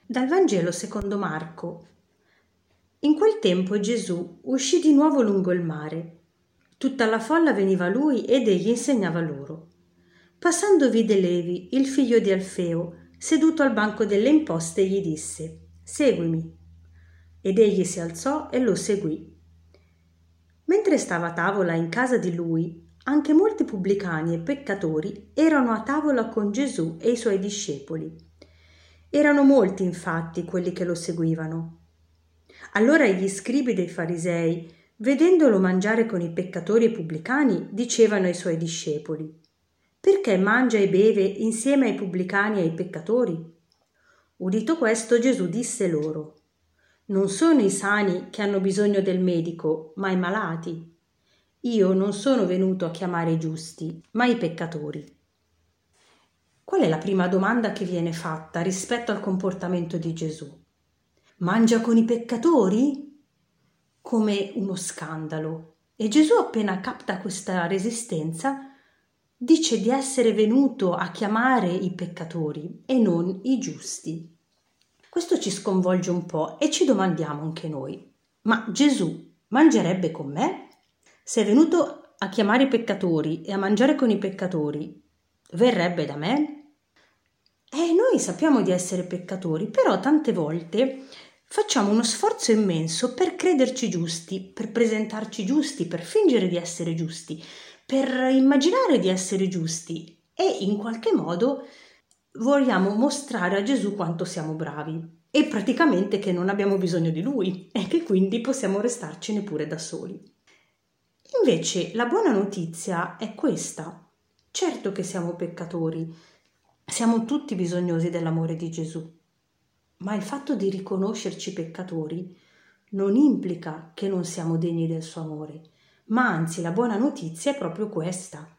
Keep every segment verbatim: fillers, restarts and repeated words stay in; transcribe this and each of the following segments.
Dal Vangelo secondo Marco. In quel tempo Gesù uscì di nuovo lungo il mare. Tutta la folla veniva a lui ed egli insegnava loro. Passando vide Levi, il figlio di Alfeo, seduto al banco delle imposte e gli disse: «Seguimi». Ed egli si alzò e lo seguì. Mentre stava a tavola in casa di lui, anche molti pubblicani e peccatori erano a tavola con Gesù e i suoi discepoli. Erano molti, infatti, quelli che lo seguivano. Allora gli scribi dei farisei, vedendolo mangiare con i peccatori e pubblicani, dicevano ai suoi discepoli: «Perché mangia e beve insieme ai pubblicani e ai peccatori?» Udito questo, Gesù disse loro: «Non sono i sani che hanno bisogno del medico, ma i malati. Io non sono venuto a chiamare i giusti, ma i peccatori». Qual è la prima domanda che viene fatta rispetto al comportamento di Gesù? Mangia con i peccatori? Come uno scandalo. E Gesù, appena capta questa resistenza, dice di essere venuto a chiamare i peccatori e non i giusti. Questo ci sconvolge un po' e ci domandiamo anche noi: ma Gesù mangerebbe con me? Se è venuto a chiamare i peccatori e a mangiare con i peccatori, verrebbe da me? E noi sappiamo di essere peccatori, però tante volte facciamo uno sforzo immenso per crederci giusti, per presentarci giusti, per fingere di essere giusti, per immaginare di essere giusti e in qualche modo vogliamo mostrare a Gesù quanto siamo bravi e praticamente che non abbiamo bisogno di Lui e che quindi possiamo restarcene pure da soli. Invece la buona notizia è questa: certo che siamo peccatori, siamo tutti bisognosi dell'amore di Gesù, ma il fatto di riconoscerci peccatori non implica che non siamo degni del suo amore, ma anzi la buona notizia è proprio questa,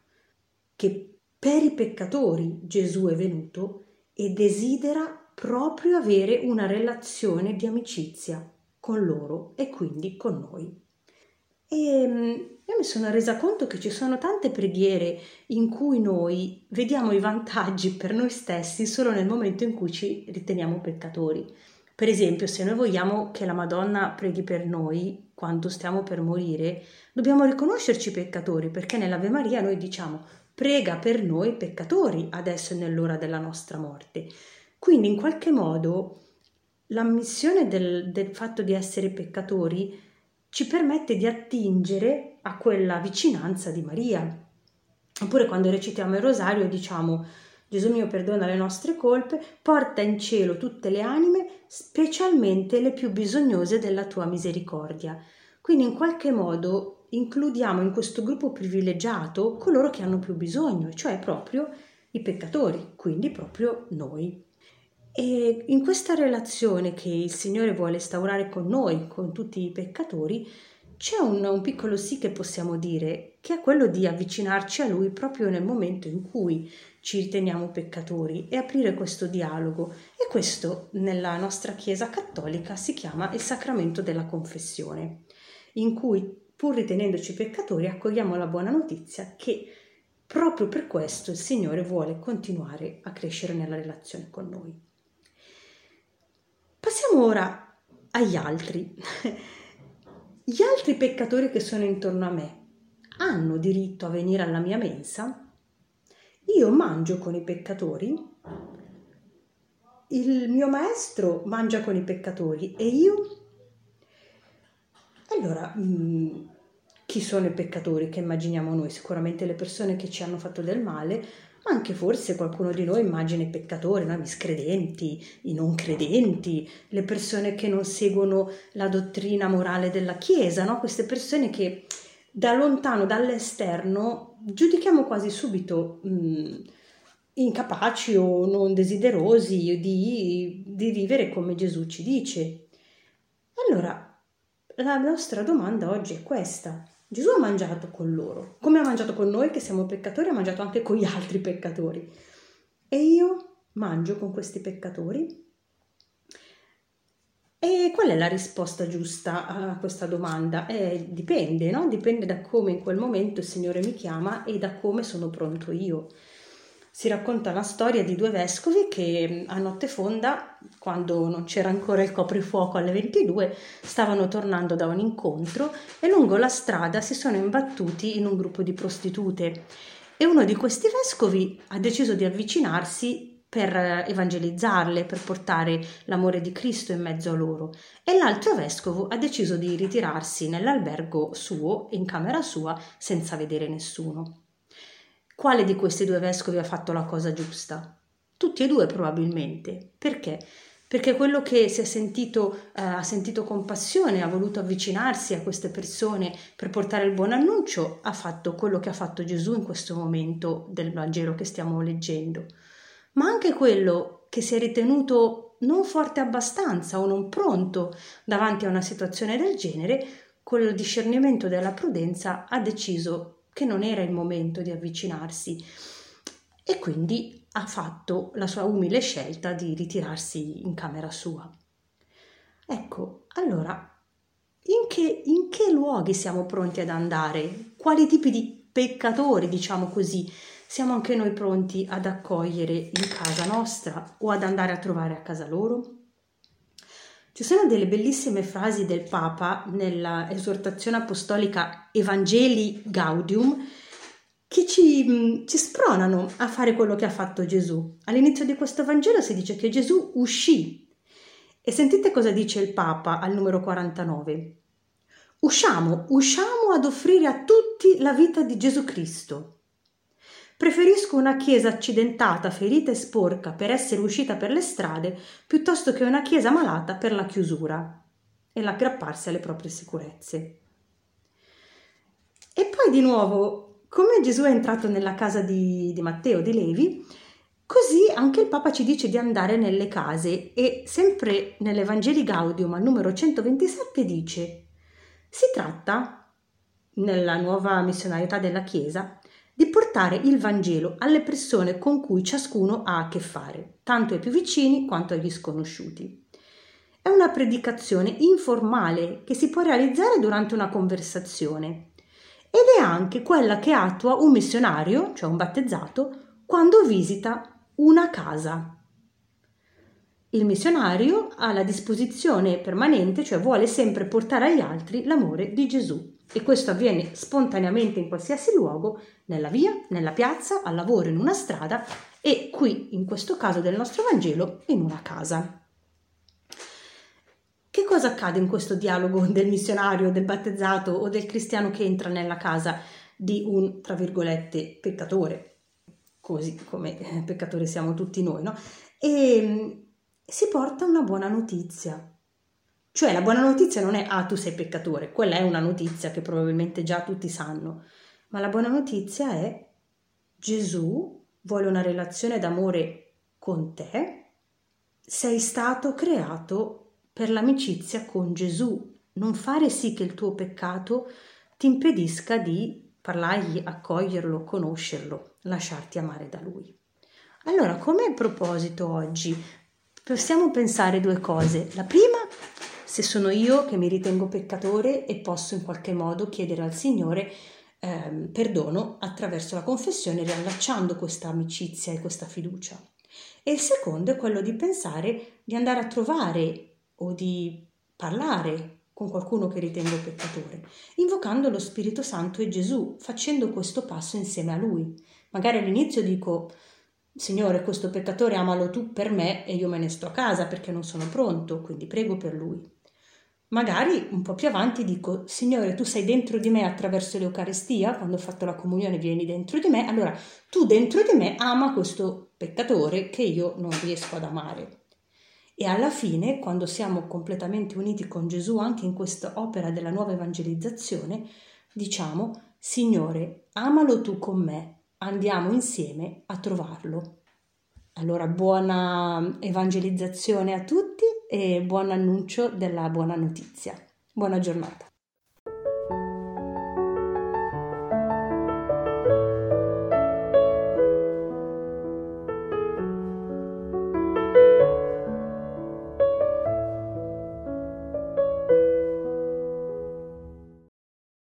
che per i peccatori Gesù è venuto e desidera proprio avere una relazione di amicizia con loro e quindi con noi. E io mi sono resa conto che ci sono tante preghiere in cui noi vediamo i vantaggi per noi stessi solo nel momento in cui ci riteniamo peccatori. Per esempio, se noi vogliamo che la Madonna preghi per noi quando stiamo per morire, dobbiamo riconoscerci peccatori, perché nell'Ave Maria noi diciamo: «Prega per noi peccatori, adesso e nell'ora della nostra morte». Quindi in qualche modo l'ammissione del, del fatto di essere peccatori ci permette di attingere a quella vicinanza di Maria. Oppure quando recitiamo il rosario diciamo: «Gesù mio, perdona le nostre colpe, porta in cielo tutte le anime, specialmente le più bisognose della tua misericordia». Quindi in qualche modo includiamo in questo gruppo privilegiato coloro che hanno più bisogno, cioè proprio i peccatori, quindi proprio noi. E in questa relazione che il Signore vuole instaurare con noi, con tutti i peccatori, c'è un, un piccolo sì che possiamo dire, che è quello di avvicinarci a Lui proprio nel momento in cui ci riteniamo peccatori e aprire questo dialogo. E questo nella nostra Chiesa cattolica si chiama il sacramento della confessione, in cui, pur ritenendoci peccatori, accogliamo la buona notizia che proprio per questo il Signore vuole continuare a crescere nella relazione con noi. Passiamo ora agli altri. Gli altri peccatori che sono intorno a me hanno diritto a venire alla mia mensa? Io mangio con i peccatori? Il mio maestro mangia con i peccatori e io? Allora, mh, chi sono i peccatori che immaginiamo noi? Sicuramente le persone che ci hanno fatto del male, ma anche forse qualcuno di noi immagina i peccatori, no? I miscredenti, i non credenti, le persone che non seguono la dottrina morale della Chiesa, no? Queste persone che da lontano, dall'esterno, giudichiamo quasi subito mh, incapaci o non desiderosi di, di vivere come Gesù ci dice. Allora, la nostra domanda oggi è questa: Gesù ha mangiato con loro, come ha mangiato con noi che siamo peccatori, ha mangiato anche con gli altri peccatori. E io mangio con questi peccatori? E qual è la risposta giusta a questa domanda? Eh, dipende, no? Dipende da come in quel momento il Signore mi chiama e da come sono pronto io. si racconta la storia di due vescovi che a notte fonda, quando non c'era ancora il coprifuoco alle ventidue, stavano tornando da un incontro e lungo la strada si sono imbattuti in un gruppo di prostitute e uno di questi vescovi ha deciso di avvicinarsi per evangelizzarle, per portare l'amore di Cristo in mezzo a loro, e l'altro vescovo ha deciso di ritirarsi nell'albergo suo, in camera sua, senza vedere nessuno. Quale di questi due vescovi ha fatto la cosa giusta? Tutti e due probabilmente. Perché? Perché quello che si è sentito, eh, ha sentito compassione, ha voluto avvicinarsi a queste persone per portare il buon annuncio, ha fatto quello che ha fatto Gesù in questo momento del Vangelo che stiamo leggendo. Ma anche quello che si è ritenuto non forte abbastanza o non pronto davanti a una situazione del genere, con il discernimento della prudenza ha deciso che non era il momento di avvicinarsi e quindi ha fatto la sua umile scelta di ritirarsi in camera sua. Ecco, allora, in che, in che luoghi siamo pronti ad andare? Quali tipi di peccatori, diciamo così, siamo anche noi pronti ad accogliere in casa nostra o ad andare a trovare a casa loro? Ci sono delle bellissime frasi del Papa nella esortazione apostolica Evangelii Gaudium che ci, ci spronano a fare quello che ha fatto Gesù. All'inizio di questo Vangelo si dice che Gesù uscì. E sentite cosa dice il Papa al numero quarantanove. Usciamo, usciamo ad offrire a tutti la vita di Gesù Cristo. Preferisco una chiesa accidentata, ferita e sporca per essere uscita per le strade, piuttosto che una chiesa malata per la chiusura e l'aggrapparsi alle proprie sicurezze. E poi di nuovo, come Gesù è entrato nella casa di, di Matteo, di Levi, così anche il Papa ci dice di andare nelle case e sempre nell'Evangelii Gaudium al numero centoventisette dice: si tratta, nella nuova missionarietà della Chiesa, di portare il Vangelo alle persone con cui ciascuno ha a che fare, tanto ai più vicini quanto agli sconosciuti. È una predicazione informale che si può realizzare durante una conversazione ed è anche quella che attua un missionario, cioè un battezzato, quando visita una casa. Il missionario ha la disposizione permanente, cioè vuole sempre portare agli altri l'amore di Gesù. E questo avviene spontaneamente in qualsiasi luogo, nella via, nella piazza, al lavoro, in una strada e qui, in questo caso del nostro Vangelo, in una casa. Che cosa accade in questo dialogo del missionario, del battezzato o del cristiano che entra nella casa di un, tra virgolette, peccatore, così come peccatori siamo tutti noi, no? E si porta una buona notizia. Cioè la buona notizia non è ah tu sei peccatore, quella è una notizia che probabilmente già tutti sanno, ma la buona notizia è Gesù vuole una relazione d'amore con te, sei stato creato per l'amicizia con Gesù, non fare sì che il tuo peccato ti impedisca di parlargli, accoglierlo, conoscerlo, lasciarti amare da Lui. Allora, come proposito oggi, possiamo pensare due cose. La prima, se sono io che mi ritengo peccatore e posso in qualche modo chiedere al Signore eh, perdono attraverso la confessione, riallacciando questa amicizia e questa fiducia. E il secondo è quello di pensare di andare a trovare o di parlare con qualcuno che ritengo peccatore, invocando lo Spirito Santo e Gesù, facendo questo passo insieme a Lui. Magari all'inizio dico: Signore, questo peccatore amalo tu per me e io me ne sto a casa perché non sono pronto, quindi prego per lui. Magari un po' più avanti dico: Signore, tu sei dentro di me attraverso l'Eucaristia, quando ho fatto la comunione vieni dentro di me, allora tu dentro di me ama questo peccatore che io non riesco ad amare. E alla fine, quando siamo completamente uniti con Gesù anche in questa opera della nuova evangelizzazione, diciamo: Signore, amalo tu con me, andiamo insieme a trovarlo. Allora, buona evangelizzazione a tutti e buon annuncio della buona notizia. Buona giornata.